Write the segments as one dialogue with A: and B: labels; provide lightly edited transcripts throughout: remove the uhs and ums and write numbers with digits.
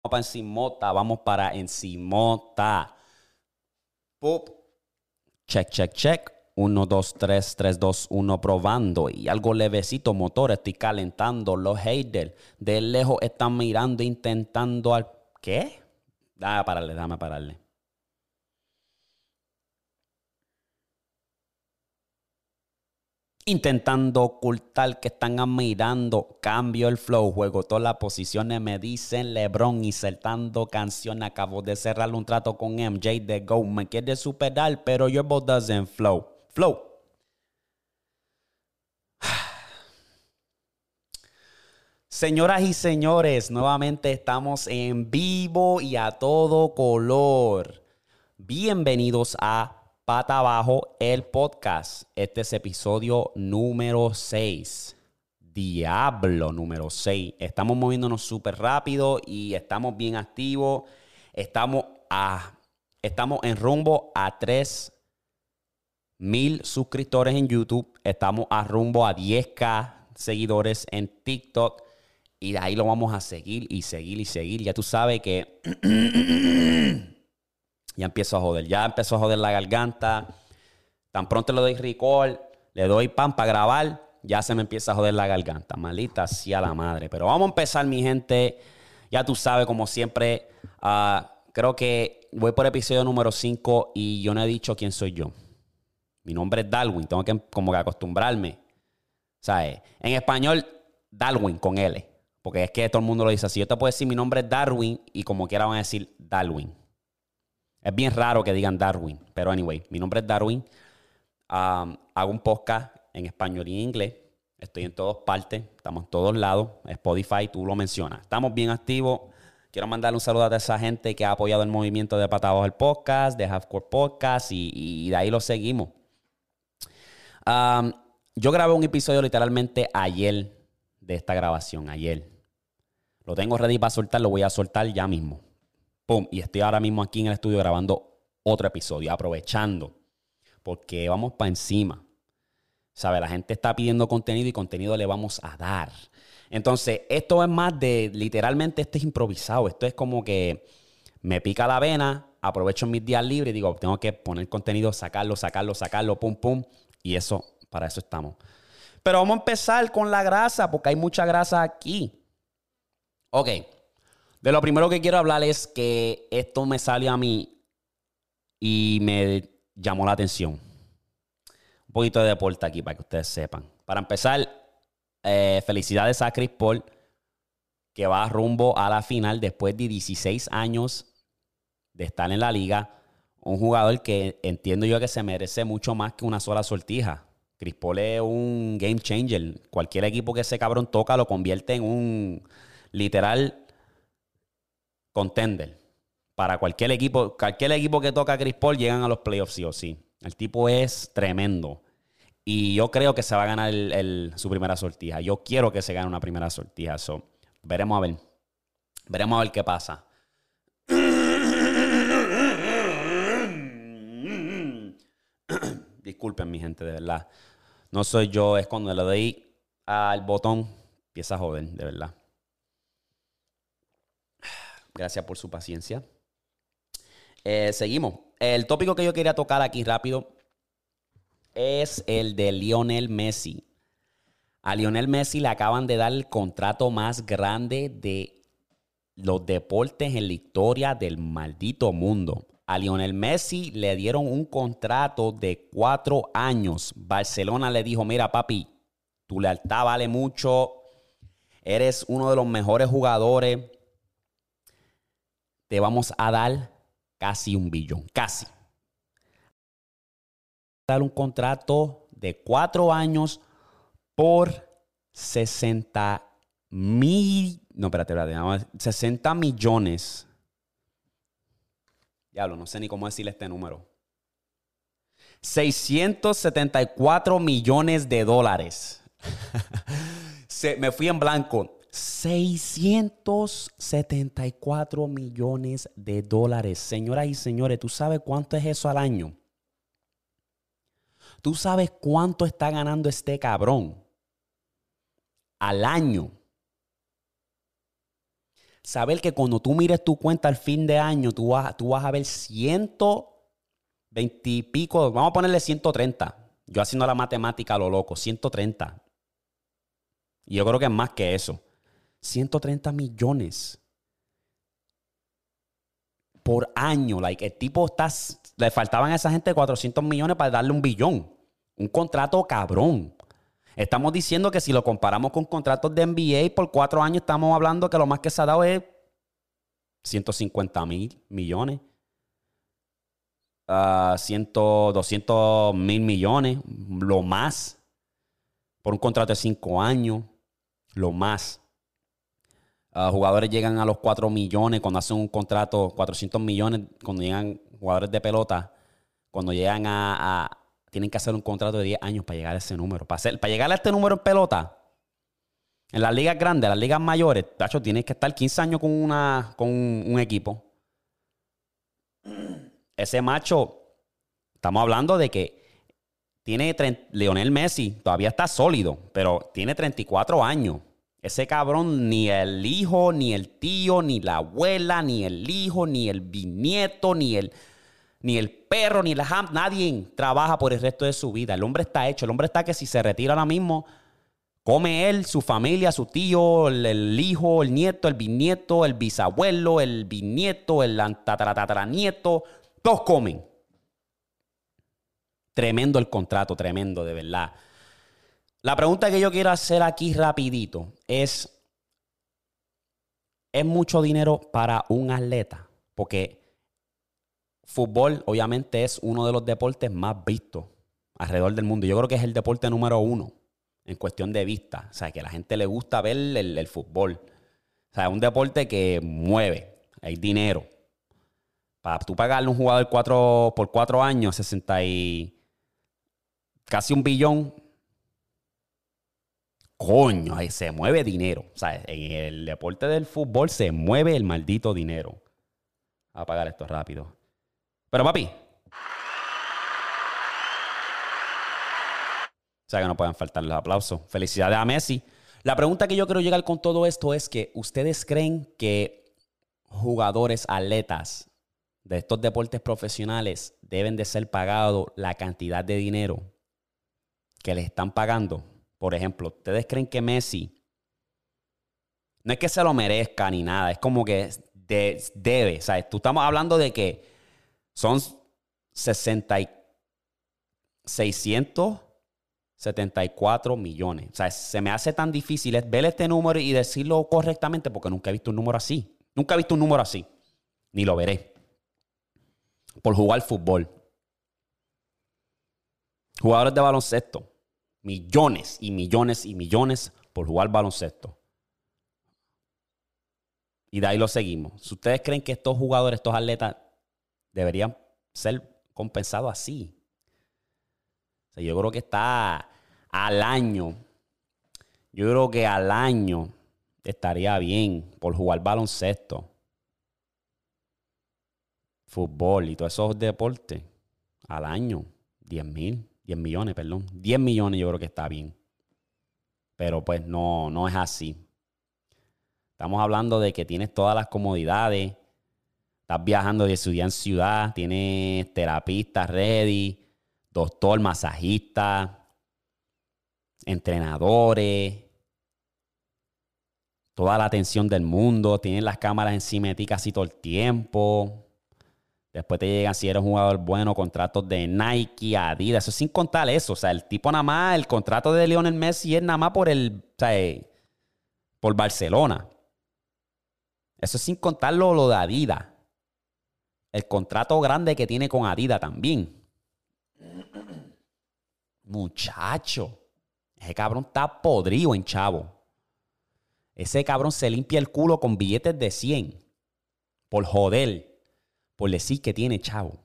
A: para encimota, vamos para encimota. Pop. Check, check, check. 1, 2, 3, 3, 2, 1, probando. Y algo levecito, motor, estoy calentando. Los haters de lejos están mirando, intentando al... ¿Qué? Dame pararle. Intentando ocultar que están admirando. Cambio el flow, juego todas las posiciones. Me dicen LeBron insertando canción. Acabo de cerrar un trato con MJ de Go. Me quiere superar, pero your ball doesn't flow. Flow. Señoras y señores, nuevamente estamos en vivo y a todo color. Bienvenidos a Pata Abajo, el podcast. Este es episodio número 6. Diablo número 6. Estamos moviéndonos súper rápido y estamos bien activos. Estamos en rumbo a 3,000 suscriptores en YouTube. Estamos a rumbo a 10,000 seguidores en TikTok. Y de ahí lo vamos a seguir y seguir y seguir. Ya tú sabes que ya empiezo a joder. Ya empezó a joder la garganta. Tan pronto le doy record, le doy pan para grabar, ya se me empieza a joder la garganta. Maldita sea la madre. Pero vamos a empezar, mi gente. Ya tú sabes, como siempre, creo que voy por episodio número 5 y yo no he dicho quién soy yo. Mi nombre es Darwin. Tengo que como que acostumbrarme. ¿Sabes? En español, Darwin con L. Porque es que todo el mundo lo dice así. Yo te puedo decir mi nombre es Darwin y como quiera van a decir Darwin. Es bien raro que digan Darwin. Pero anyway, mi nombre es Darwin. Hago un podcast en español y en inglés. Estoy en todas partes. Estamos en todos lados. Spotify, tú lo mencionas. Estamos bien activos. Quiero mandarle un saludo a esa gente que ha apoyado el movimiento de Pata Abajo el podcast, de Halfcore Podcast y de ahí lo seguimos. Yo grabé un episodio literalmente ayer de esta grabación, ayer. Lo tengo ready para soltar, lo voy a soltar ya mismo. ¡Pum! Y estoy ahora mismo aquí en el estudio grabando otro episodio, aprovechando. Porque vamos para encima. ¿Sabe? La gente está pidiendo contenido y contenido le vamos a dar. Entonces, esto es más de, literalmente, esto es improvisado. Esto es como que me pica la vena, aprovecho mis días libres y digo, tengo que poner contenido, sacarlo, pum, pum. Y eso, para eso estamos. Pero vamos a empezar con la grasa, porque hay mucha grasa aquí. Ok, de lo primero que quiero hablar es que esto me salió a mí y me llamó la atención. Un poquito de deporte aquí para que ustedes sepan. Para empezar, felicidades a Chris Paul, que va rumbo a la final después de 16 años de estar en la liga. Un jugador que entiendo yo que se merece mucho más que una sola sortija. Chris Paul es un game changer. Cualquier equipo que ese cabrón toca lo convierte en un literal contender. Para cualquier equipo que toca a Chris Paul llegan a los playoffs sí o sí. El tipo es tremendo. Y yo creo que se va a ganar su primera sortija. Yo quiero que se gane una primera sortija. So, veremos a ver. Veremos a ver qué pasa. Disculpen, mi gente, de verdad. No soy yo, es cuando le doy al botón, empieza a joder, de verdad. Gracias por su paciencia. Seguimos. El tópico que yo quería tocar aquí rápido es el de Lionel Messi. A Lionel Messi le acaban de dar el contrato más grande de los deportes en la historia del maldito mundo. A Lionel Messi le dieron un contrato de 4 años. Barcelona le dijo, mira papi, tu lealtad vale mucho. Eres uno de los mejores jugadores. Te vamos a dar casi 1 billón. Casi. Dar un contrato de 4 años por 60 millones. Diablo, no sé ni cómo decirle este número. 674 millones de dólares. Me fui en blanco. 674 millones de dólares. Señoras y señores, ¿tú sabes cuánto es eso al año? ¿Tú sabes cuánto está ganando este cabrón al año? Saber que cuando tú mires tu cuenta al fin de año, tú vas a ver 120 y pico, vamos a ponerle 130. Yo haciendo la matemática a lo loco, 130. Y yo creo que es más que eso. 130 millones por año. Like, el tipo le faltaban a esa gente 400 millones para darle un billón. Un contrato cabrón. Estamos diciendo que si lo comparamos con contratos de NBA por 4 años, estamos hablando que lo más que se ha dado es 150 mil millones. 200 mil millones. Lo más. Por un contrato de 5 años. Lo más. Jugadores llegan a los 4 millones cuando hacen un contrato, 400 millones cuando llegan jugadores de pelota, cuando llegan tienen que hacer un contrato de 10 años para llegar a ese número. Para llegar a este número en pelota, en las ligas grandes, las ligas mayores, tacho, tienes que estar 15 años con un equipo. Ese macho, estamos hablando de que Lionel Messi todavía está sólido, pero tiene 34 años. Ese cabrón, ni el hijo, ni el tío, ni la abuela, ni el hijo, ni el bisnieto, ni el perro, ni nadie trabaja por el resto de su vida. El hombre está hecho. El hombre está que si se retira ahora mismo, come él, su familia, su tío, el hijo, el nieto, el bisnieto, el bisabuelo, el bisnieto, el tataranieto. Todos comen. Tremendo el contrato, tremendo, de verdad. La pregunta que yo quiero hacer aquí rapidito ¿es mucho dinero para un atleta? Porque fútbol obviamente es uno de los deportes más vistos alrededor del mundo. Yo creo que es el deporte número 1 en cuestión de vista. O sea, que a la gente le gusta ver el fútbol. O sea, es un deporte que mueve, hay dinero. Para tú pagarle a un jugador por 4 años, 60 y casi $1 billón. Coño, ahí se mueve dinero. O sea, en el deporte del fútbol se mueve el maldito dinero. Voy a apagar esto rápido. Pero papi, o sea que no pueden faltar los aplausos. Felicidades a Messi. La pregunta que yo quiero llegar con todo esto es que ¿ustedes creen que jugadores, atletas de estos deportes profesionales deben de ser pagados la cantidad de dinero que les están pagando? Por ejemplo, ¿ustedes creen que Messi no es que se lo merezca ni nada? Es como que debe. O sea, tú estamos hablando de que son 674 millones. O sea, se me hace tan difícil ver este número y decirlo correctamente porque nunca he visto un número así. Nunca he visto un número así. Ni lo veré. Por jugar fútbol. Jugadores de baloncesto. Millones y millones y millones por jugar baloncesto. Y de ahí lo seguimos. Si ustedes creen que estos jugadores, estos atletas, deberían ser compensados así. O sea, yo creo que está al año. Yo creo que al año estaría bien por jugar baloncesto, fútbol y todos esos deportes. Al año, 10 millones, perdón. 10 millones yo creo que está bien. Pero pues no es así. Estamos hablando de que tienes todas las comodidades. Estás viajando de ciudad en ciudad. Tienes terapista ready, doctor, masajista, entrenadores, toda la atención del mundo. Tienes las cámaras encima de ti casi todo el tiempo. Después te llegan, si eres un jugador bueno, contratos de Nike, Adidas. Eso sin contar eso. O sea, el tipo nada más, el contrato de Lionel Messi es nada más por por Barcelona. Eso sin contar lo de Adidas. El contrato grande que tiene con Adidas también. Muchacho. Ese cabrón está podrido en chavo. Ese cabrón se limpia el culo con billetes de 100. Por joder. Por decir que tiene chavo.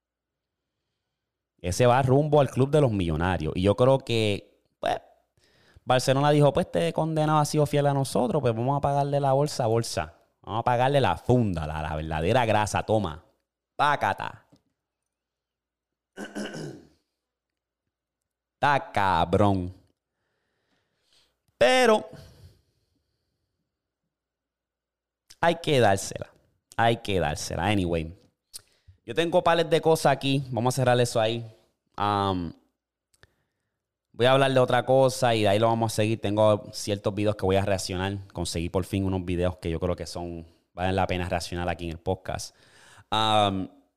A: Ese va rumbo al club de los millonarios. Y yo creo que, pues, Barcelona dijo, pues este condenado ha sido fiel a nosotros, pues vamos a pagarle la bolsa a bolsa. Vamos a pagarle la funda, la verdadera grasa. Toma. Pácata. Está cabrón. Pero hay que dársela. Hay que dársela. Anyway, yo tengo pares de cosas aquí. Vamos a cerrar eso ahí. Voy a hablar de otra cosa y de ahí lo vamos a seguir. Tengo ciertos videos que voy a reaccionar. Conseguí por fin unos videos que yo creo que valen la pena reaccionar aquí en el podcast. A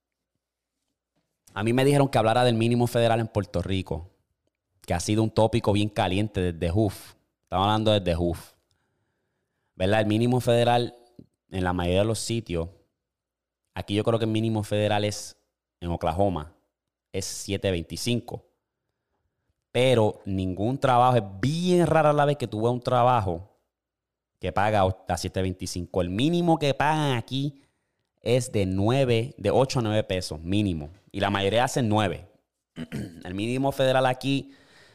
A: mí me dijeron que hablara del mínimo federal en Puerto Rico, que ha sido un tópico bien caliente desde HUF. Estamos hablando desde HUF. ¿Verdad? El mínimo federal en la mayoría de los sitios, aquí yo creo que el mínimo federal en Oklahoma, es 7.25. Pero ningún trabajo, es bien rara la vez que tú veas un trabajo que paga a 7.25. El mínimo que pagan aquí es de 8 a 9 pesos mínimo. Y la mayoría hacen 9. El mínimo federal aquí,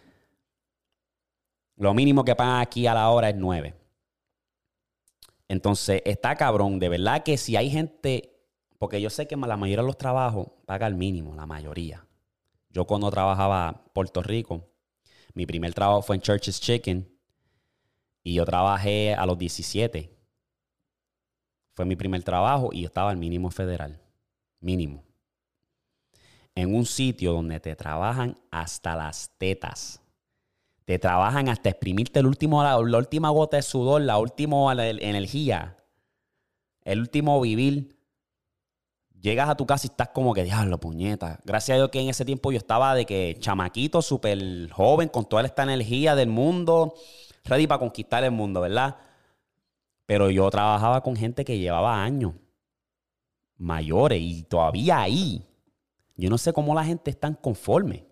A: lo mínimo que pagan aquí a la hora es 9. Entonces, está cabrón. De verdad que si hay gente, porque yo sé que la mayoría de los trabajos paga el mínimo, la mayoría. Yo cuando trabajaba en Puerto Rico, mi primer trabajo fue en Church's Chicken y yo trabajé a los 17. Fue mi primer trabajo y yo estaba al mínimo federal. Mínimo. En un sitio donde te trabajan hasta las tetas. Te trabajan hasta exprimirte la última gota de sudor, la última energía, el último vivir. Llegas a tu casa y estás como que, diablo, puñeta. Gracias a Dios que en ese tiempo yo estaba de que chamaquito, súper joven, con toda esta energía del mundo, ready para conquistar el mundo, ¿verdad? Pero yo trabajaba con gente que llevaba años mayores y todavía ahí. Yo no sé cómo la gente es tan conforme.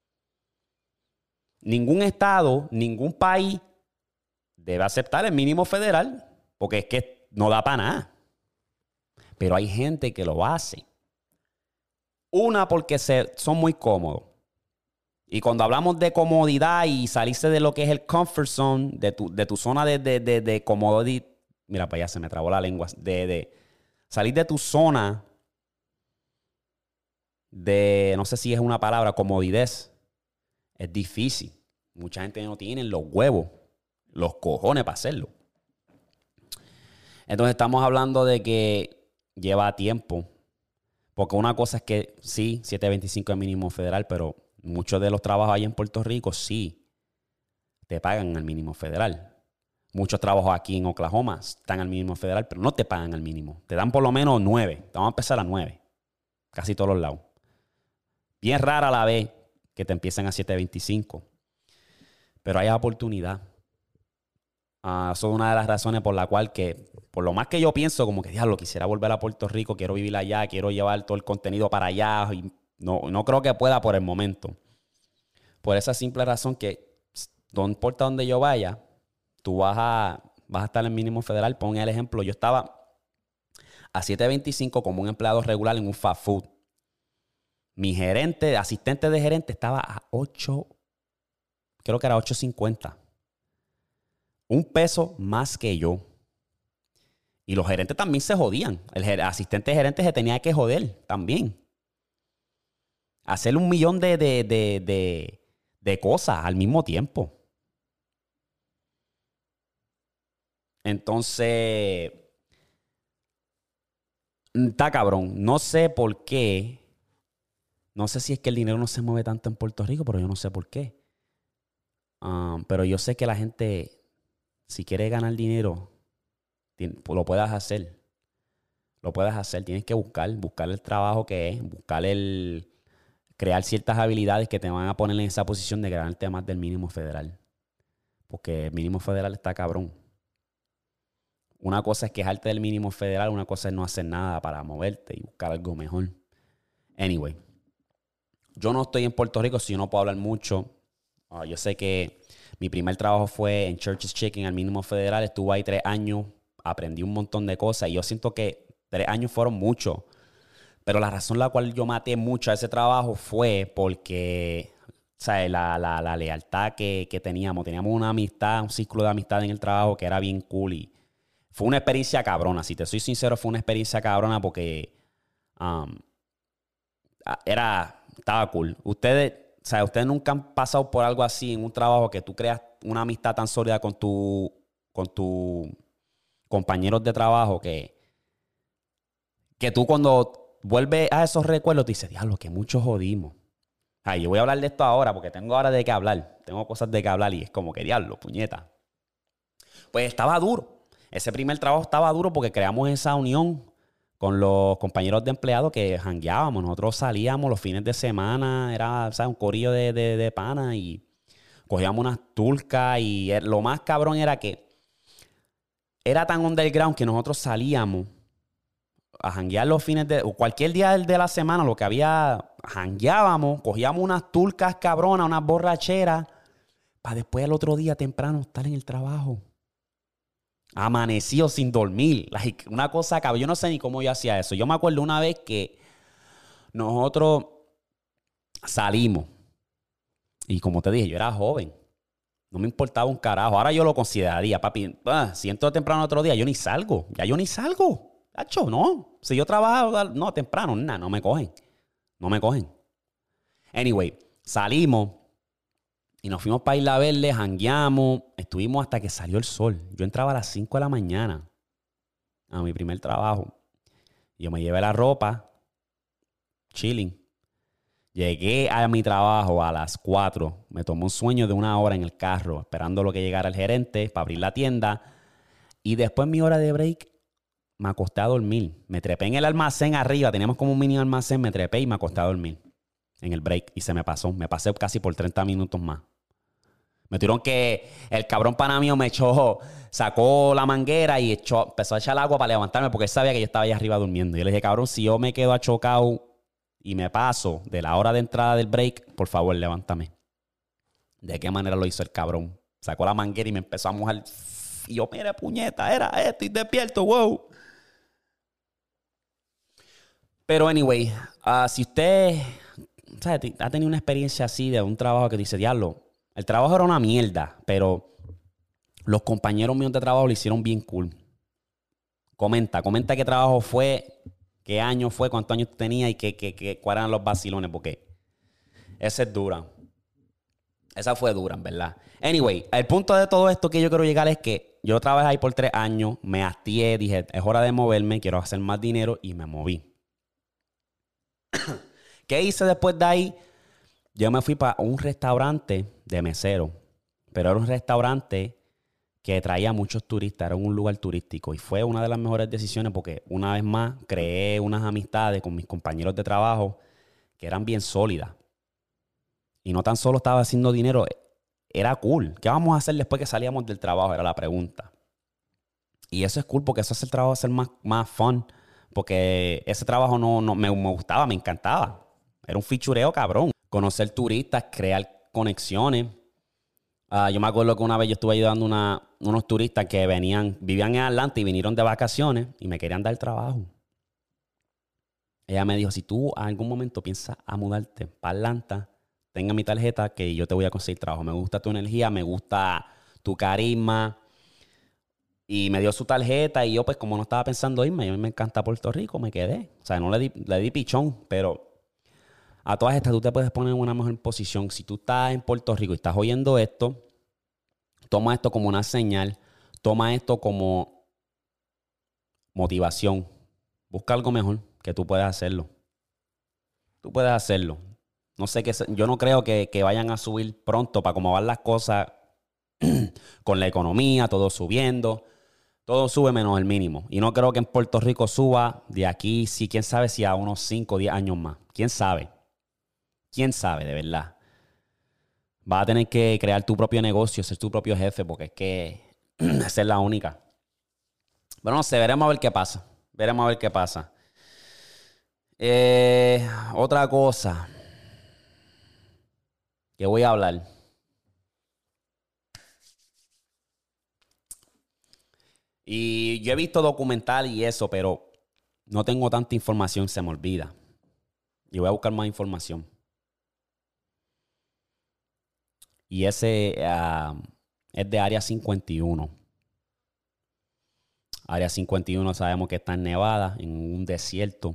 A: Ningún estado, ningún país debe aceptar el mínimo federal porque es que no da para nada. Pero hay gente que lo hace. Una, porque son muy cómodos. Y cuando hablamos de comodidad y salirse de lo que es el comfort zone, de tu zona de comodidad, mira, para allá se me trabó la lengua, de salir de tu zona no sé si es una palabra, comodidad, es difícil. Mucha gente no tiene los huevos, los cojones para hacerlo. Entonces estamos hablando de que lleva tiempo. Porque una cosa es que sí, 7.25 es mínimo federal, pero muchos de los trabajos ahí en Puerto Rico sí te pagan al mínimo federal. Muchos trabajos aquí en Oklahoma están al mínimo federal, pero no te pagan al mínimo. Te dan por lo menos 9. Vamos a empezar a 9. Casi todos los lados. Bien rara la vez que te empiezan a 7.25. Pero hay oportunidad. Eso es una de las razones por la cual por lo más que yo pienso, como que diablo, quisiera volver a Puerto Rico, quiero vivir allá, quiero llevar todo el contenido para allá. Y no creo que pueda por el momento. Por esa simple razón que no importa dónde yo vaya, tú vas a estar en el mínimo federal. Pon el ejemplo, yo estaba a 7.25 como un empleado regular en un fast food. Mi asistente de gerente estaba a 8, creo que era 8.50. Un peso más que yo. Y los gerentes también se jodían. El asistente de gerente se tenía que joder también. Hacer 1,000,000 de cosas al mismo tiempo. Entonces, está cabrón. No sé por qué. No sé si es que el dinero no se mueve tanto en Puerto Rico, pero yo no sé por qué. Pero yo sé que la gente, si quiere ganar dinero, lo puedas hacer. Lo puedes hacer. Tienes que buscar el trabajo que es, crear ciertas habilidades que te van a poner en esa posición de ganarte más del mínimo federal. Porque el mínimo federal está cabrón. Una cosa es quejarte del mínimo federal, una cosa es no hacer nada para moverte y buscar algo mejor. Anyway, yo no estoy en Puerto Rico, si yo no puedo hablar mucho. Yo sé que mi primer trabajo fue en Church's Chicken, al mínimo federal. Estuve ahí 3 años, aprendí un montón de cosas y yo siento que 3 años fueron mucho. Pero la razón la cual yo maté mucho a ese trabajo fue porque, ¿sabes? La lealtad que teníamos. Teníamos una amistad, un círculo de amistad en el trabajo que era bien cool y fue una experiencia cabrona. Si te soy sincero, fue una experiencia cabrona porque estaba cool. Ustedes nunca han pasado por algo así en un trabajo que tú creas una amistad tan sólida con tu compañeros de trabajo que tú cuando vuelves a esos recuerdos te dices, diablo, que mucho jodimos. Ay, yo voy a hablar de esto ahora porque tengo ahora de qué hablar. Tengo cosas de qué hablar y es como que diablo, puñeta. Pues estaba duro. Ese primer trabajo estaba duro porque creamos esa unión con los compañeros de empleados que jangueábamos. Nosotros salíamos los fines de semana, era, ¿sabes? Un corillo de pana y cogíamos unas turcas y lo más cabrón era que era tan underground que nosotros salíamos a janguear los fines o cualquier día de la semana, lo que había, jangueábamos, cogíamos unas turcas cabronas, unas borracheras, para después el otro día temprano estar en el trabajo. Amanecido sin dormir. Like, una cosa cabrón. Yo no sé ni cómo yo hacía eso. Yo me acuerdo una vez que nosotros salimos. Y como te dije, yo era joven. No me importaba un carajo. Ahora yo lo consideraría, papi. Si entro temprano otro día, yo ni salgo. Ya yo ni salgo. Cacho, no. Si yo trabajo, no, temprano, nada, no me cogen. No me cogen. Anyway, salimos y nos fuimos para Isla Verde, jangueamos. Estuvimos hasta que salió el sol. Yo entraba a las 5 de la mañana a mi primer trabajo. Yo me llevé la ropa, chilling. Llegué a mi trabajo a las 4. Me tomé un sueño de 1 hora en el carro, esperando lo que llegara el gerente para abrir la tienda. Y después en mi hora de break, me acosté a dormir. Me trepé en el almacén arriba. Teníamos como un mini almacén. Me trepé y me acosté a dormir en el break. Y se me pasó. Me pasé casi por 30 minutos más. Me tuvieron que... El cabrón pana mío me echó... Sacó la manguera y empezó a echar el agua para levantarme porque él sabía que yo estaba allá arriba durmiendo. Y yo le dije, cabrón, si yo me quedo achocado y me paso de la hora de entrada del break, por favor, levántame. ¿De qué manera lo hizo el cabrón? Sacó la manguera y me empezó a mojar. Y yo, mire, puñeta, era esto y despierto, wow. Pero anyway, si usted ¿sabe? Ha tenido una experiencia así de un trabajo que dice, diablo, el trabajo era una mierda, pero los compañeros míos de trabajo lo hicieron bien cool. Comenta qué trabajo fue, qué año fue, cuántos años tenía y cuáles eran los vacilones, porque esa es dura. Esa fue dura, en verdad. Anyway, el punto de todo esto que yo quiero llegar es que yo trabajé ahí por 3 años, me hastié, dije, es hora de moverme, quiero hacer más dinero y me moví. ¿Qué hice después de ahí? Yo me fui para un restaurante de mesero, pero era un restaurante que traía muchos turistas, era un lugar turístico y fue una de las mejores decisiones porque una vez más creé unas amistades con mis compañeros de trabajo que eran bien sólidas. Y no tan solo estaba haciendo dinero, era cool. ¿Qué vamos a hacer después que salíamos del trabajo? Era la pregunta. Y eso es cool porque eso hace el trabajo ser más fun. Porque ese trabajo no me gustaba, me encantaba. Era un fichureo cabrón. Conocer turistas, crear conexiones. Yo me acuerdo que una vez yo estuve ayudando a unos turistas que vivían en Atlanta y vinieron de vacaciones y me querían dar trabajo. Ella me dijo, si tú en algún momento piensas a mudarte para Atlanta, tenga mi tarjeta que yo te voy a conseguir trabajo. Me gusta tu energía, me gusta tu carisma. Y me dio su tarjeta y yo pues como no estaba pensando irme, a mí me encanta Puerto Rico, me quedé. O sea, no le di pichón, pero a todas estas tú te puedes poner en una mejor posición. Si tú estás en Puerto Rico y estás oyendo esto, toma esto como una señal, toma esto como motivación. Busca algo mejor que tú puedas hacerlo. Tú puedes hacerlo. No sé yo no creo que vayan a subir pronto para cómo van las cosas con la economía, todo subiendo. Todo sube menos el mínimo. Y no creo que en Puerto Rico suba de aquí, sí, quién sabe si a unos 5 o 10 años más. ¿Quién sabe? ¿Quién sabe, de verdad? Vas a tener que crear tu propio negocio, ser tu propio jefe, porque es que esa es la única. Pero no sé, veremos a ver qué pasa. Veremos a ver qué pasa. Otra cosa que voy a hablar. Y yo he visto documental y eso, pero no tengo tanta información, se me olvida. Y voy a buscar más información. Y ese es de Área 51. Área 51 sabemos que está en Nevada, en un desierto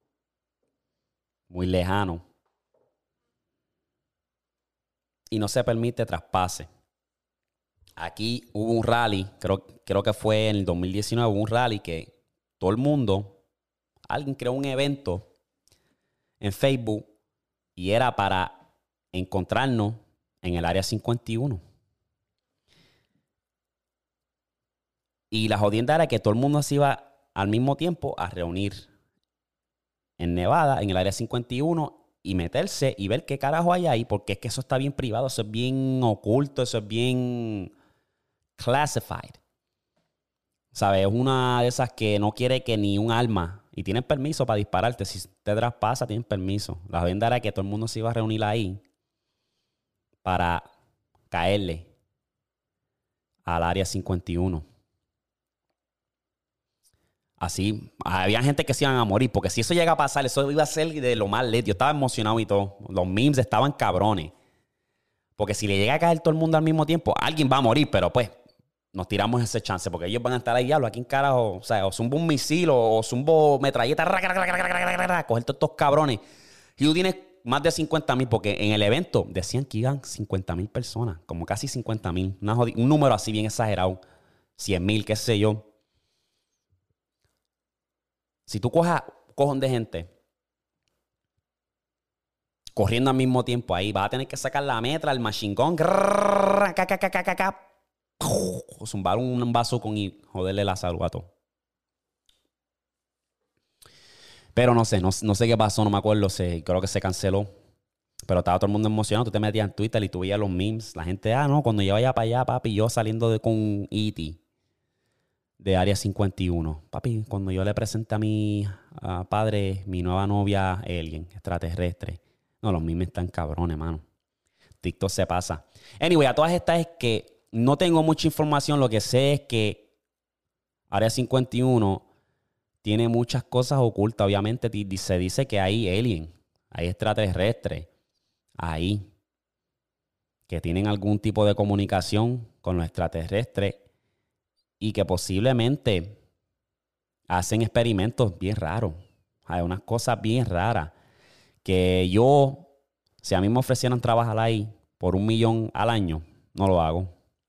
A: muy lejano. Y no se permite traspase. aquí hubo un rally, creo que fue en el 2019, hubo un rally que todo el mundo, alguien creó un evento en Facebook y era para encontrarnos en el área 51. Y la jodienda era que todo el mundo se iba al mismo tiempo a reunir en Nevada, en el área 51, y meterse y ver qué carajo hay ahí, porque es que eso está bien privado, eso es bien oculto, eso es bien classified. ¿Sabes? Es una de esas que no quiere que ni un alma, y tienen permiso para dispararte. Si te traspasa, tienen permiso. La jodienda era que todo el mundo se iba a reunir ahí para caerle al área 51. Así, había gente que se iban a morir, porque si eso llega a pasar, eso iba a ser de lo más lit. Yo estaba emocionado y todo. Los memes estaban cabrones. Porque si le llega a caer todo el mundo al mismo tiempo, alguien va a morir, pero pues nos tiramos ese chance, porque ellos van a estar ahí, diablo, aquí en carajo, o sea, o zumbo un misil, o zumbo metralleta, coger todos estos cabrones. Y tú tienes más de 50,000, porque en el evento decían que iban 50,000 personas, como casi 50,000, un número así bien exagerado, 100,000, qué sé yo. Si tú cojas un cojón de gente corriendo al mismo tiempo ahí, vas a tener que sacar la metra, el machine gun, zumbar un vaso con y joderle la salud a todo. Pero no sé qué pasó, no me acuerdo, creo que se canceló. Pero estaba todo el mundo emocionado. Tú te metías en Twitter y tú veías los memes. La gente, no, cuando yo vaya para allá, papi, yo saliendo con E.T. de Área 51. Papi, cuando yo le presenté a mi padre, mi nueva novia, alien, extraterrestre. No, los memes están cabrones, mano. TikTok se pasa. Anyway, a todas estas es que no tengo mucha información. Lo que sé es que Área 51 tiene muchas cosas ocultas. Obviamente se dice que hay alien, hay extraterrestres ahí que tienen algún tipo de comunicación con los extraterrestres y que posiblemente hacen experimentos bien raros. Hay unas cosas bien raras que si a mí me ofrecieran trabajar ahí por $1 millón al año, no lo hago.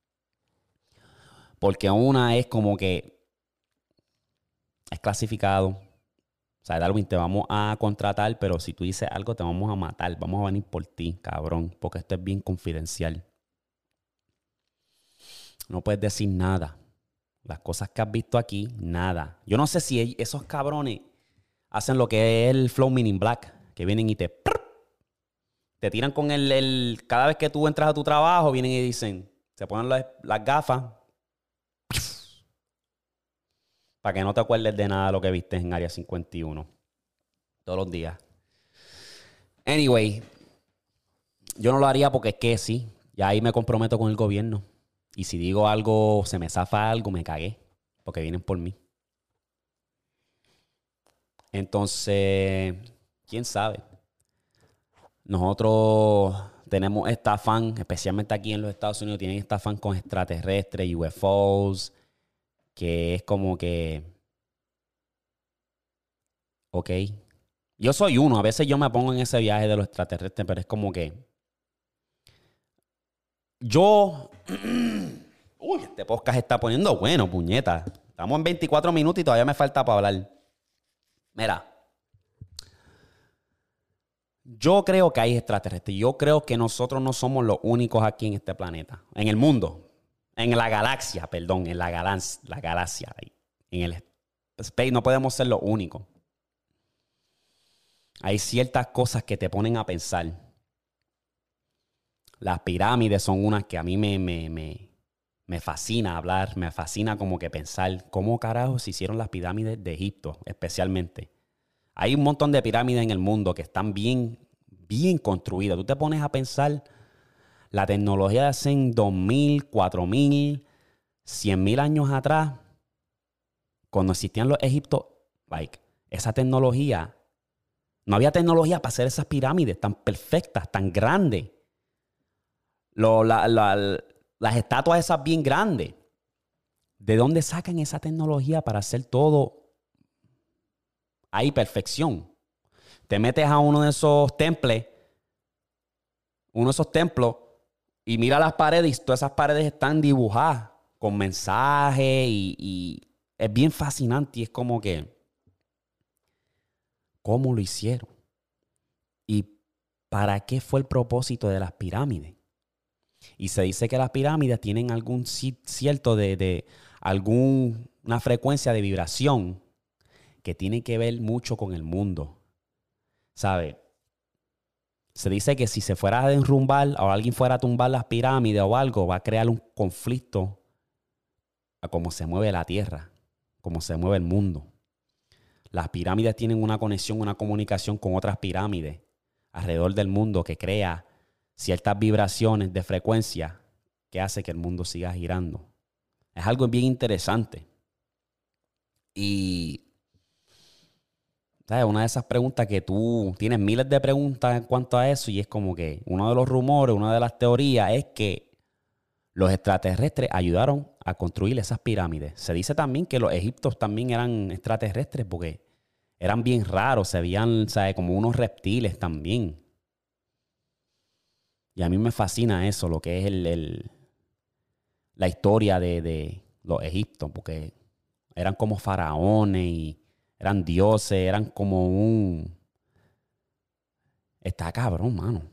A: Porque una es como que es clasificado. O sea, Darwin, te vamos a contratar, pero si tú dices algo, te vamos a matar. Vamos a venir por ti, cabrón, porque esto es bien confidencial. No puedes decir nada. Las cosas que has visto aquí, nada. Yo no sé si esos cabrones hacen lo que es el Flow Meaning Black, que vienen y te tiran con cada vez que tú entras a tu trabajo, vienen y dicen, se ponen las gafas para que no te acuerdes de nada de lo que viste en Área 51 todos los días. Anyway, yo no lo haría porque es que sí, ya ahí me comprometo con el gobierno. Y si digo algo, se me zafa algo, me cagué, porque vienen por mí. Entonces, quién sabe. Nosotros tenemos esta afán, especialmente aquí en los Estados Unidos, tienen esta afán con extraterrestres, UFOs, que es como que, ok, yo soy uno, a veces yo me pongo en ese viaje de los extraterrestres, pero es como que uy, este podcast está poniendo bueno, puñeta. Estamos en 24 minutos y todavía me falta para hablar. Mira, yo creo que hay extraterrestres. Yo creo que nosotros no somos los únicos aquí en este planeta, en el mundo. En la galaxia, perdón, en la galaxia. En el space no podemos ser los únicos. Hay ciertas cosas que te ponen a pensar. Las pirámides son unas que a mí me fascina hablar, me fascina como que pensar cómo carajo se hicieron las pirámides de Egipto, especialmente. Hay un montón de pirámides en el mundo que están bien, bien construidas. Tú te pones a pensar la tecnología de hace 2,000, 4,000, 100,000 años atrás, cuando existían los egipcios, esa tecnología, no había tecnología para hacer esas pirámides tan perfectas, tan grandes. Las estatuas esas bien grandes. ¿De dónde sacan esa tecnología para hacer todo ahí perfección? Te metes a uno de esos templos Y mira las paredes y todas esas paredes están dibujadas con mensajes y es bien fascinante y es como que, ¿cómo lo hicieron? ¿Y para qué fue el propósito de las pirámides? Y se dice que las pirámides tienen algún cierto de alguna frecuencia de vibración que tiene que ver mucho con el mundo. ¿Sabe? Se dice que si se fuera a derrumbar o alguien fuera a tumbar las pirámides o algo, va a crear un conflicto a cómo se mueve la tierra, cómo se mueve el mundo. Las pirámides tienen una conexión, una comunicación con otras pirámides alrededor del mundo que crea ciertas vibraciones de frecuencia que hace que el mundo siga girando. Es algo bien interesante. Y ¿sabes? Una de esas preguntas que tú tienes miles de preguntas en cuanto a eso y es como que uno de los rumores, una de las teorías es que los extraterrestres ayudaron a construir esas pirámides. Se dice también que los egipcios también eran extraterrestres porque eran bien raros, se veían, ¿sabes? Como unos reptiles también. Y a mí me fascina eso, lo que es la historia de los egipcios, porque eran como faraones y eran dioses, eran como un... Está cabrón, mano.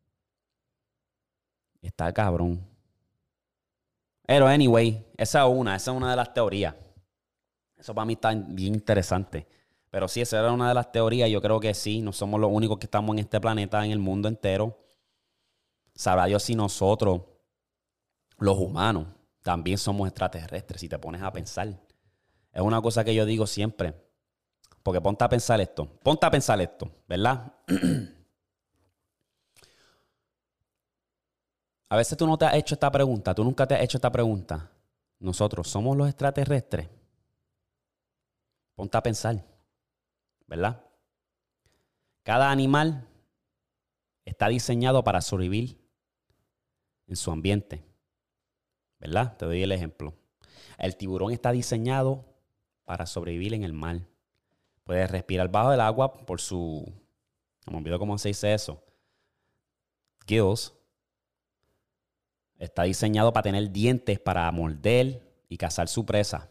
A: Está cabrón. Pero anyway, esa es una de las teorías. Eso para mí está bien interesante. Pero sí, esa era una de las teorías. Yo creo que sí, no somos los únicos que estamos en este planeta, en el mundo entero. Sabrá Dios si nosotros, los humanos, también somos extraterrestres, si te pones a pensar. Es una cosa que yo digo siempre. Porque ponte a pensar esto, ¿verdad? A veces tú no te has hecho esta pregunta, tú nunca te has hecho esta pregunta. ¿Nosotros somos los extraterrestres? Ponte a pensar, ¿verdad? Cada animal está diseñado para sobrevivir en su ambiente, ¿verdad? Te doy el ejemplo. El tiburón está diseñado para sobrevivir en el mar. Puede respirar bajo el agua por su... No me olvido cómo se dice eso. Gills. Está diseñado para tener dientes para morder y cazar su presa.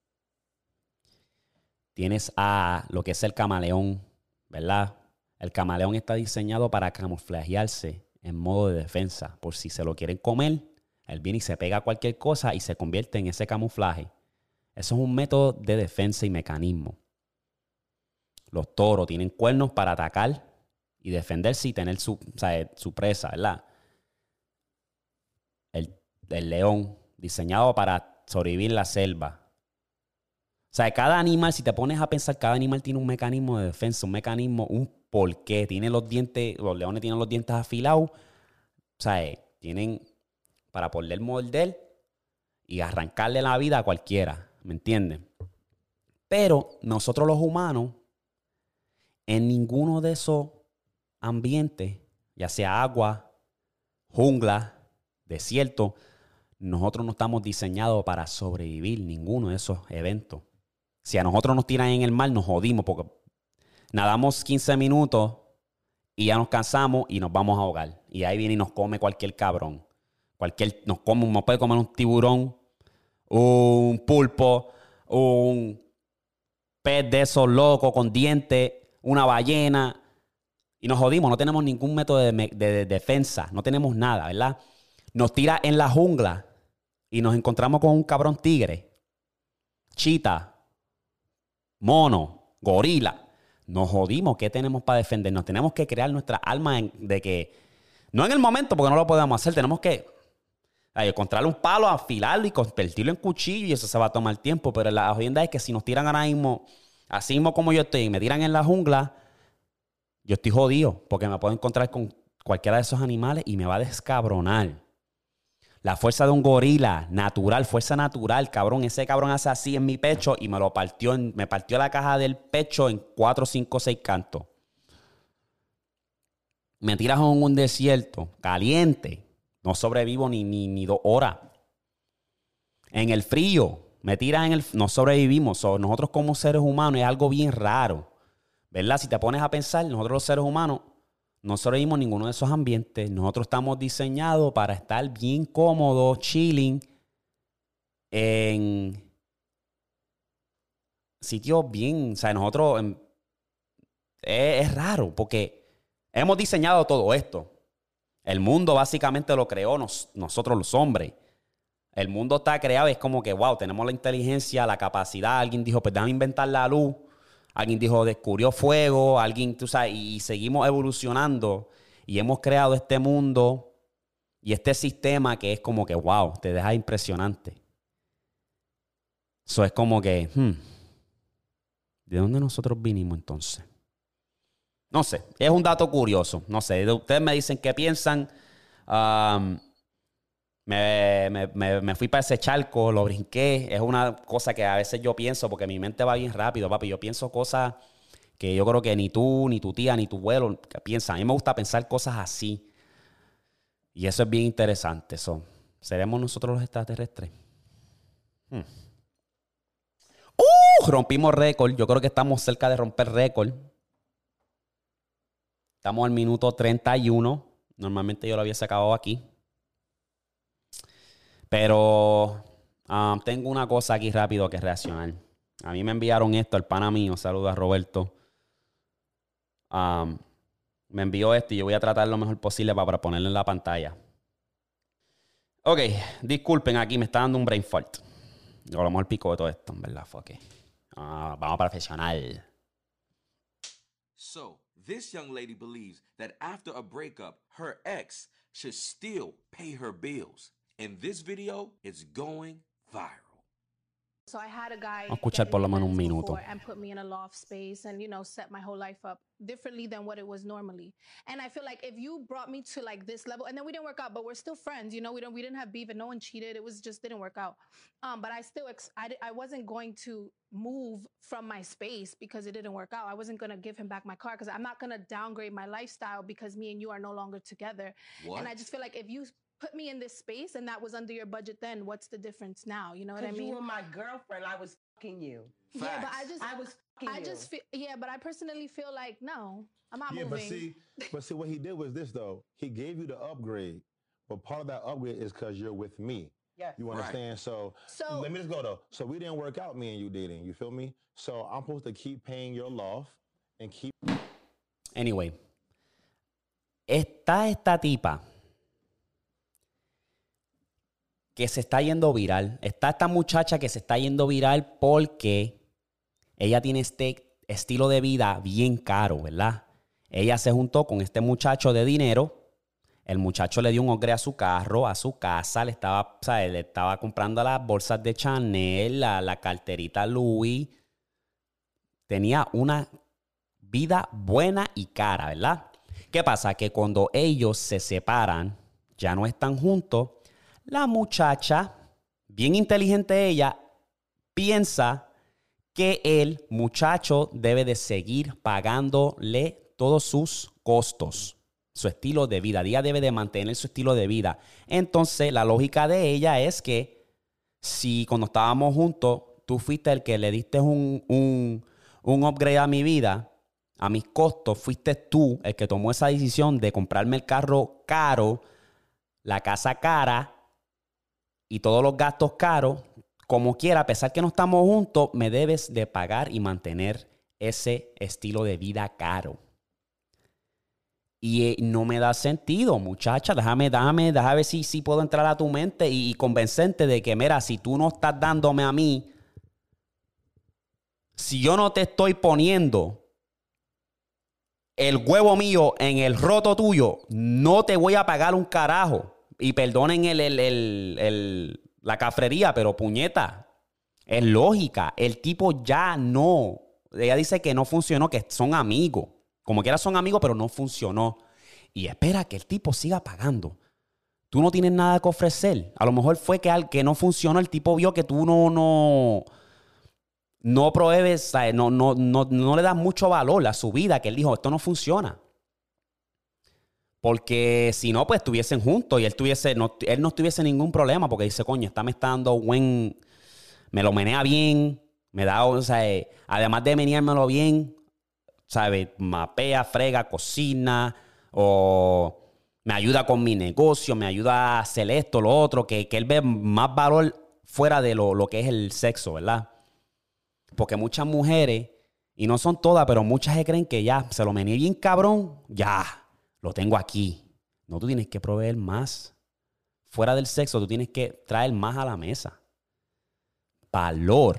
A: Tienes a lo que es el camaleón, ¿verdad? El camaleón está diseñado para camuflajearse en modo de defensa. Por si se lo quieren comer, él viene y se pega a cualquier cosa y se convierte en ese camuflaje. Eso es un método de defensa y mecanismo. Los toros tienen cuernos para atacar y defenderse y tener su presa, ¿verdad? El león, diseñado para sobrevivir en la selva. O sea, cada animal, si te pones a pensar, cada animal tiene un mecanismo de defensa, un mecanismo, un porqué. Tiene los dientes, los leones tienen los dientes afilados. O sea, tienen para poder morder y arrancarle la vida a cualquiera. ¿Me entienden? Pero nosotros los humanos, en ninguno de esos ambientes, ya sea agua, jungla, desierto, nosotros no estamos diseñados para sobrevivir ninguno de esos eventos. Si a nosotros nos tiran en el mar, nos jodimos porque nadamos 15 minutos y ya nos cansamos y nos vamos a ahogar. Y ahí viene y nos come cualquier cabrón. Nos puede comer un tiburón, un pulpo, un pez de esos locos con dientes, una ballena. Y nos jodimos, no tenemos ningún método de defensa, no tenemos nada, ¿verdad? Nos tira en la jungla y nos encontramos con un cabrón tigre, chita, mono, gorila. Nos jodimos. ¿Qué tenemos para defendernos? Tenemos que crear nuestra alma de que... No en el momento, porque no lo podemos hacer. Tenemos que encontrarle un palo, afilarlo y convertirlo en cuchillo y eso se va a tomar tiempo. Pero la jodienda es que si nos tiran ahora mismo, así mismo como yo estoy, y me tiran en la jungla, yo estoy jodido porque me puedo encontrar con cualquiera de esos animales y me va a descabronar. La fuerza de un gorila, natural, fuerza natural, cabrón. Ese cabrón hace así en mi pecho y me partió la caja del pecho en 4, 5, 6 cantos. Me tiras en un desierto caliente, no sobrevivo ni 2 horas. En el frío, me tiras no sobrevivimos. Nosotros como seres humanos es algo bien raro, ¿verdad? Si te pones a pensar, nosotros los seres humanos no sobrevivimos ninguno de esos ambientes. Nosotros estamos diseñados para estar bien cómodos, chilling, en sitios bien... O sea, nosotros... Es raro porque hemos diseñado todo esto. El mundo básicamente lo creó nosotros los hombres. El mundo está creado y es como que, wow, tenemos la inteligencia, la capacidad. Alguien dijo, pues déjame inventar la luz. Alguien dijo, descubrió fuego. Alguien, tú sabes, y seguimos evolucionando. Y hemos creado este mundo y este sistema que es como que, wow, te deja impresionante. Eso es como que, ¿de dónde nosotros vinimos entonces? No sé, es un dato curioso. No sé, ustedes me dicen qué piensan. Me fui para ese charco, lo brinqué. Es una cosa que a veces yo pienso, porque mi mente va bien rápido, papi. Yo pienso cosas que yo creo que ni tú, ni tu tía, ni tu abuelo piensan. A mí me gusta pensar cosas así. Y eso es bien interesante. ¿Seremos nosotros los extraterrestres? Rompimos récord. Yo creo que estamos cerca de romper récord. Estamos al minuto 31. Normalmente yo lo había sacado aquí. Pero tengo una cosa aquí rápido que reaccionar. A mí me enviaron esto, el pana mío. Saludos a Roberto. Me envió esto y yo voy a tratar lo mejor posible para ponerlo en la pantalla. Ok, disculpen, aquí me está dando un brain fart. Yo a lo mejor pico de todo esto, en verdad. Okay. Vamos para profesional.
B: So, this young lady believes that after a breakup, her ex should still pay her bills. And this video is going viral.
C: So I had a guy
A: Vamos a escuchar por lo menos un minuto.
C: and put me in a loft space and, set my whole life up differently than what it was normally. And I feel like if you brought me to like this level, and then we didn't work out, but we're still friends, we didn't have beef and no one cheated. It was just didn't work out. But I still, I wasn't going to move from my space because it didn't work out. I wasn't going to give him back my car because I'm not going to downgrade my lifestyle because me and you are no longer together.
B: What?
C: And I just feel like if you put me in this space and that was under your budget, then what's the difference now? You know what I mean?
D: You were my girlfriend. I was fucking you.
B: Facts.
C: Yeah, but
D: I was fucking you.
C: but I personally feel like, no, I'm not moving.
E: But see, what he did was this, though. He gave you the upgrade, but part of that upgrade is because you're with me.
D: Yes.
E: You understand?
B: Right.
E: So let me just go, though. So we didn't work out, me and you dating. You feel me? So I'm supposed to keep paying your loft and keep...
A: Anyway. Está esta tipa que se está yendo viral. Está esta muchacha que se está yendo viral porque ella tiene este estilo de vida bien caro, ¿verdad? Ella se juntó con este muchacho de dinero. El muchacho le dio un upgrade a su carro, a su casa. Le estaba comprando las bolsas de Chanel, la carterita Louis. Tenía una vida buena y cara, ¿verdad? ¿Qué pasa? Que cuando ellos se separan, ya no están juntos. La muchacha, bien inteligente ella, piensa que el muchacho debe de seguir pagándole todos sus costos, su estilo de vida. Ella debe de mantener su estilo de vida. Entonces, la lógica de ella es que si cuando estábamos juntos, tú fuiste el que le diste un upgrade a mi vida, a mis costos, fuiste tú el que tomó esa decisión de comprarme el carro caro, la casa cara, y todos los gastos caros, como quiera, a pesar que no estamos juntos, me debes de pagar y mantener ese estilo de vida caro. Y no me da sentido, muchacha. Déjame ver si puedo entrar a tu mente y convencerte de que, mira, si tú no estás dándome a mí, si yo no te estoy poniendo el huevo mío en el roto tuyo, no te voy a pagar un carajo. Y perdonen la cafrería, pero puñeta, es lógica. El tipo ya no. Ella dice que no funcionó, que son amigos. Como quiera son amigos, pero no funcionó. Y espera que el tipo siga pagando. Tú no tienes nada que ofrecer. A lo mejor fue que al que no funcionó, el tipo vio que tú no prohíbes, no le das mucho valor a su vida, que él dijo, esto no funciona. Porque si no, pues estuviesen juntos y él no tuviese ningún problema porque dice, coño, me está dando me lo menea bien, me da, además de meneármelo bien, ¿sabes? Mapea, frega, cocina, o me ayuda con mi negocio, me ayuda a hacer esto, lo otro, que él ve más valor fuera de lo que es el sexo, ¿verdad? Porque muchas mujeres, y no son todas, pero muchas se creen que ya se lo mené bien cabrón, ya, lo tengo aquí. No, tú tienes que proveer más. Fuera del sexo, tú tienes que traer más a la mesa. Valor.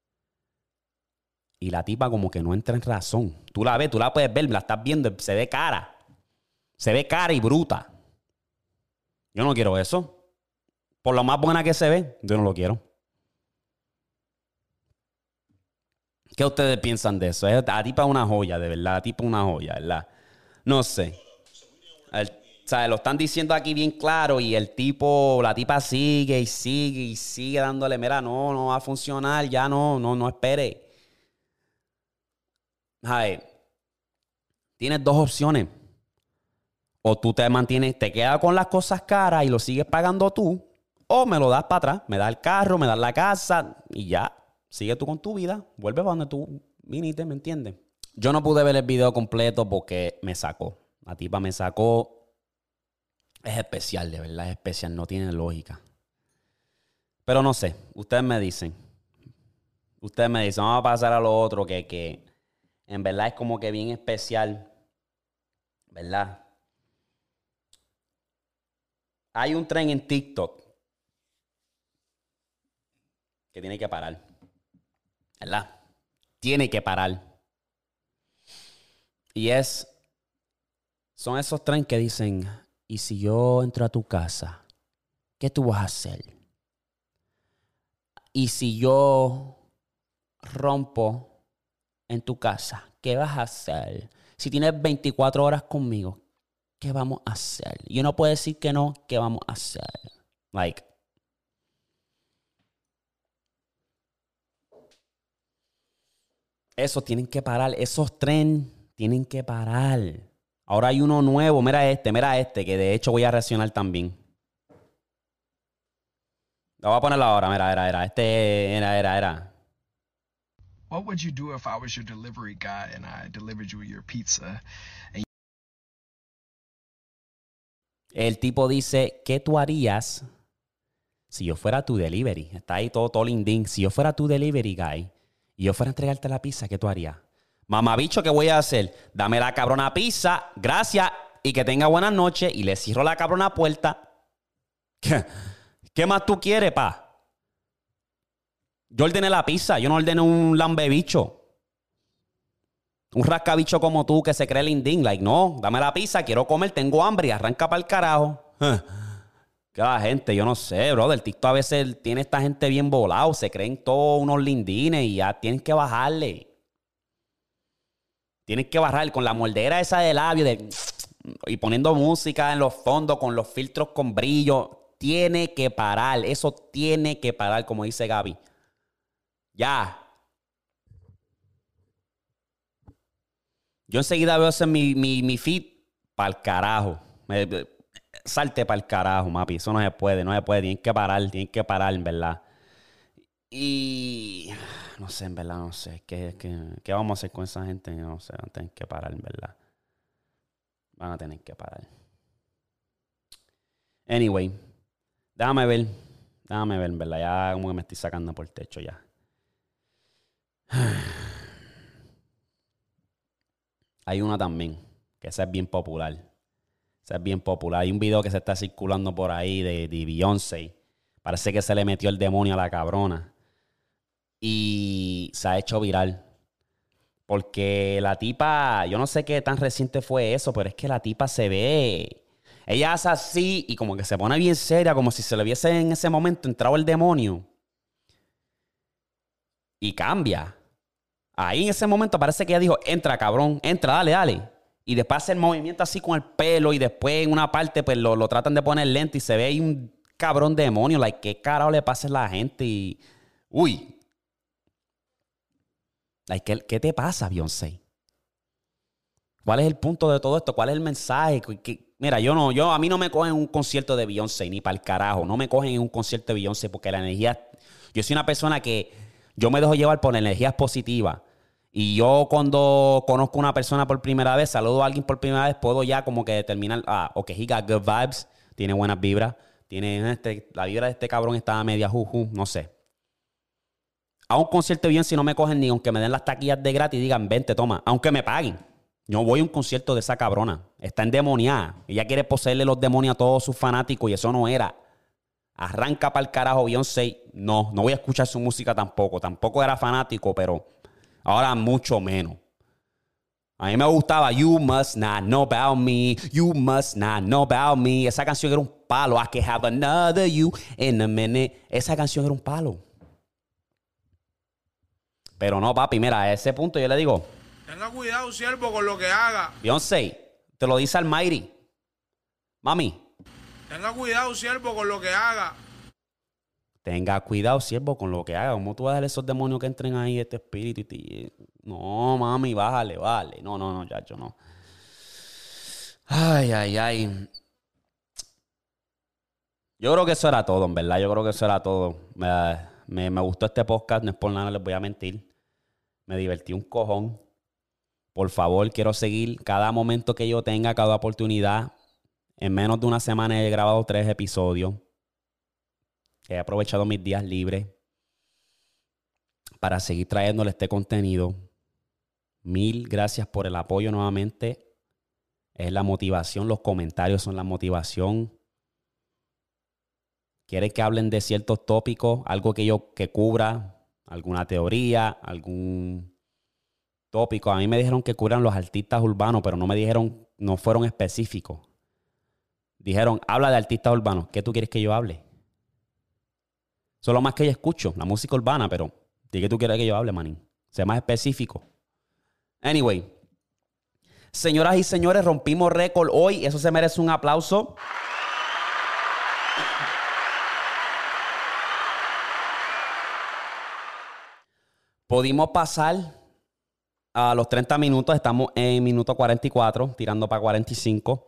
A: Y la tipa como que no entra en razón. Tú la ves, tú la puedes ver, la estás viendo, se ve cara. Se ve cara y bruta. Yo no quiero eso. Por lo más buena que se ve, yo no lo quiero. ¿Qué ustedes piensan de eso? La tipa es una joya, de verdad. La tipa es una joya, ¿verdad? No sé. O sea, lo están diciendo aquí bien claro y la tipa sigue y sigue y sigue dándole, mira, no va a funcionar, ya no espere. Ay, tienes dos opciones. O tú te mantienes, te quedas con las cosas caras y lo sigues pagando tú, o me lo das para atrás, me das el carro, me das la casa y ya, sigue tú con tu vida, vuelve para donde tú viniste, ¿me entiendes? Yo no pude ver el video completo porque me sacó. La tipa me sacó. Es especial, de verdad, es especial, no tiene lógica. Pero no sé, ustedes me dicen, vamos a pasar a lo otro que en verdad es como que bien especial, ¿verdad? Hay un tren en TikTok que tiene que parar, ¿verdad? Tiene que parar. Y son esos trenes que dicen, ¿y si yo entro a tu casa, qué tú vas a hacer? ¿Y si yo rompo en tu casa, qué vas a hacer? Si tienes 24 horas conmigo, ¿qué vamos a hacer? Y uno puede decir que no, ¿qué vamos a hacer? Like, eso tienen que parar. Esos trenes tienen que parar. Ahora hay uno nuevo. Mira este, que de hecho voy a reaccionar también. Lo voy a poner ahora. Mira. Era.
F: What would you do if I was your delivery guy and I delivered you your pizza?
A: El tipo dice, ¿qué tú harías si yo fuera tu delivery? Está ahí todo lindín. Si yo fuera tu delivery guy y yo fuera a entregarte la pizza, ¿qué tú harías? Mamabicho, ¿qué voy a hacer? Dame la cabrona pizza, gracias, y que tenga buenas noches, y le cierro la cabrona puerta. ¿Qué más tú quieres, pa? Yo ordené la pizza, yo no ordené un lambebicho. Un rascabicho como tú que se cree lindín. Like, no, dame la pizza, quiero comer, tengo hambre y arranca para el carajo. Que la gente, yo no sé, brother. El TikTok a veces tiene esta gente bien volado. Se creen todos unos lindines y ya tienen que bajarle. Tienen que bajar con la mordera esa de labio y poniendo música en los fondos con los filtros con brillo. Tiene que parar. Eso tiene que parar, como dice Gaby. Ya. Yo enseguida veo ese mi feed para el carajo. Salte para el carajo, mapi. Eso no se puede. Tienen que parar, en verdad. Y no sé, en verdad, no sé. ¿Qué vamos a hacer con esa gente? No sé, van a tener que parar, en verdad. Van a tener que parar. Anyway, déjame ver, en verdad. Ya como que me estoy sacando por el techo ya. Hay una también, que esa es bien popular. Hay un video que se está circulando por ahí de Beyoncé. Parece que se le metió el demonio a la cabrona. Y se ha hecho viral. Porque la tipa, yo no sé qué tan reciente fue eso, pero es que la tipa se ve. Ella hace así y como que se pone bien seria, como si se le hubiese en ese momento entrado el demonio. Y cambia. Ahí en ese momento parece que ella dijo, entra, cabrón, entra, dale. Y después hace el movimiento así con el pelo y después en una parte pues lo tratan de poner lento y se ve ahí un cabrón demonio. Like, ¿qué carajo le pasa a la gente? Y, uy. Like, ¿qué te pasa, Beyoncé? ¿Cuál es el punto de todo esto? ¿Cuál es el mensaje? Mira, a mí no me cogen un concierto de Beyoncé ni para el carajo. No me cogen en un concierto de Beyoncé porque la energía... Yo soy una persona que... Yo me dejo llevar por energías positivas. Y yo cuando conozco a una persona por primera vez, saludo a alguien por primera vez, puedo ya como que determinar, ok, he got good vibes, tiene buenas vibras, la vibra de este cabrón estaba media no sé. A un concierto bien si no me cogen ni aunque me den las taquillas de gratis y digan, vente, toma, aunque me paguen. Yo voy a un concierto de esa cabrona. Está endemoniada. Ella quiere poseerle los demonios a todos sus fanáticos y eso no era. Arranca para el carajo Beyoncé. No voy a escuchar su música tampoco. Tampoco era fanático, pero ahora mucho menos. A mí me gustaba You Must Not Know About Me. You Must Not Know About Me. Esa canción era un palo. I can have another you in a minute. Esa canción era un palo. Pero no, papi, mira, a ese punto yo le digo...
G: Tenga cuidado, siervo, con lo que haga.
A: Beyoncé, te lo dice Almighty. Mami.
G: Tenga cuidado, siervo, con lo que haga.
A: Tenga cuidado, siervo, con lo que haga. ¿Cómo tú vas a dejar esos demonios que entren ahí, este espíritu? No, mami, bájale, vale. No, chacho, no. Ay. Yo creo que eso era todo, en verdad. Yo creo que eso era todo. Me gustó este podcast, no es por nada, les voy a mentir. Me divertí un cojón. Por favor, quiero seguir cada momento que yo tenga, cada oportunidad. En menos de una semana he grabado 3 episodios. He aprovechado mis días libres para seguir trayéndole este contenido. 1000 gracias por el apoyo nuevamente. Es la motivación, los comentarios son la motivación. ¿Quieren que hablen de ciertos tópicos? Algo que cubra, alguna teoría, algún tópico. A mí me dijeron que cubran los artistas urbanos, pero no me dijeron, no fueron específicos. Dijeron, habla de artistas urbanos. ¿Qué tú quieres que yo hable? Eso es lo más que yo escucho, la música urbana, pero ¿de qué tú quieres que yo hable, manín? Sé más específico. Anyway, señoras y señores, rompimos récord hoy. Eso se merece un aplauso. Pudimos pasar a los 30 minutos. Estamos en minuto 44, tirando para 45.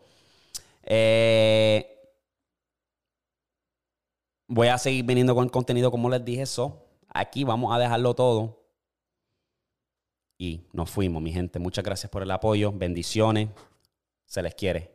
A: Voy a seguir viniendo con el contenido, como les dije. Aquí vamos a dejarlo todo. Y nos fuimos, mi gente. Muchas gracias por el apoyo. Bendiciones. Se les quiere.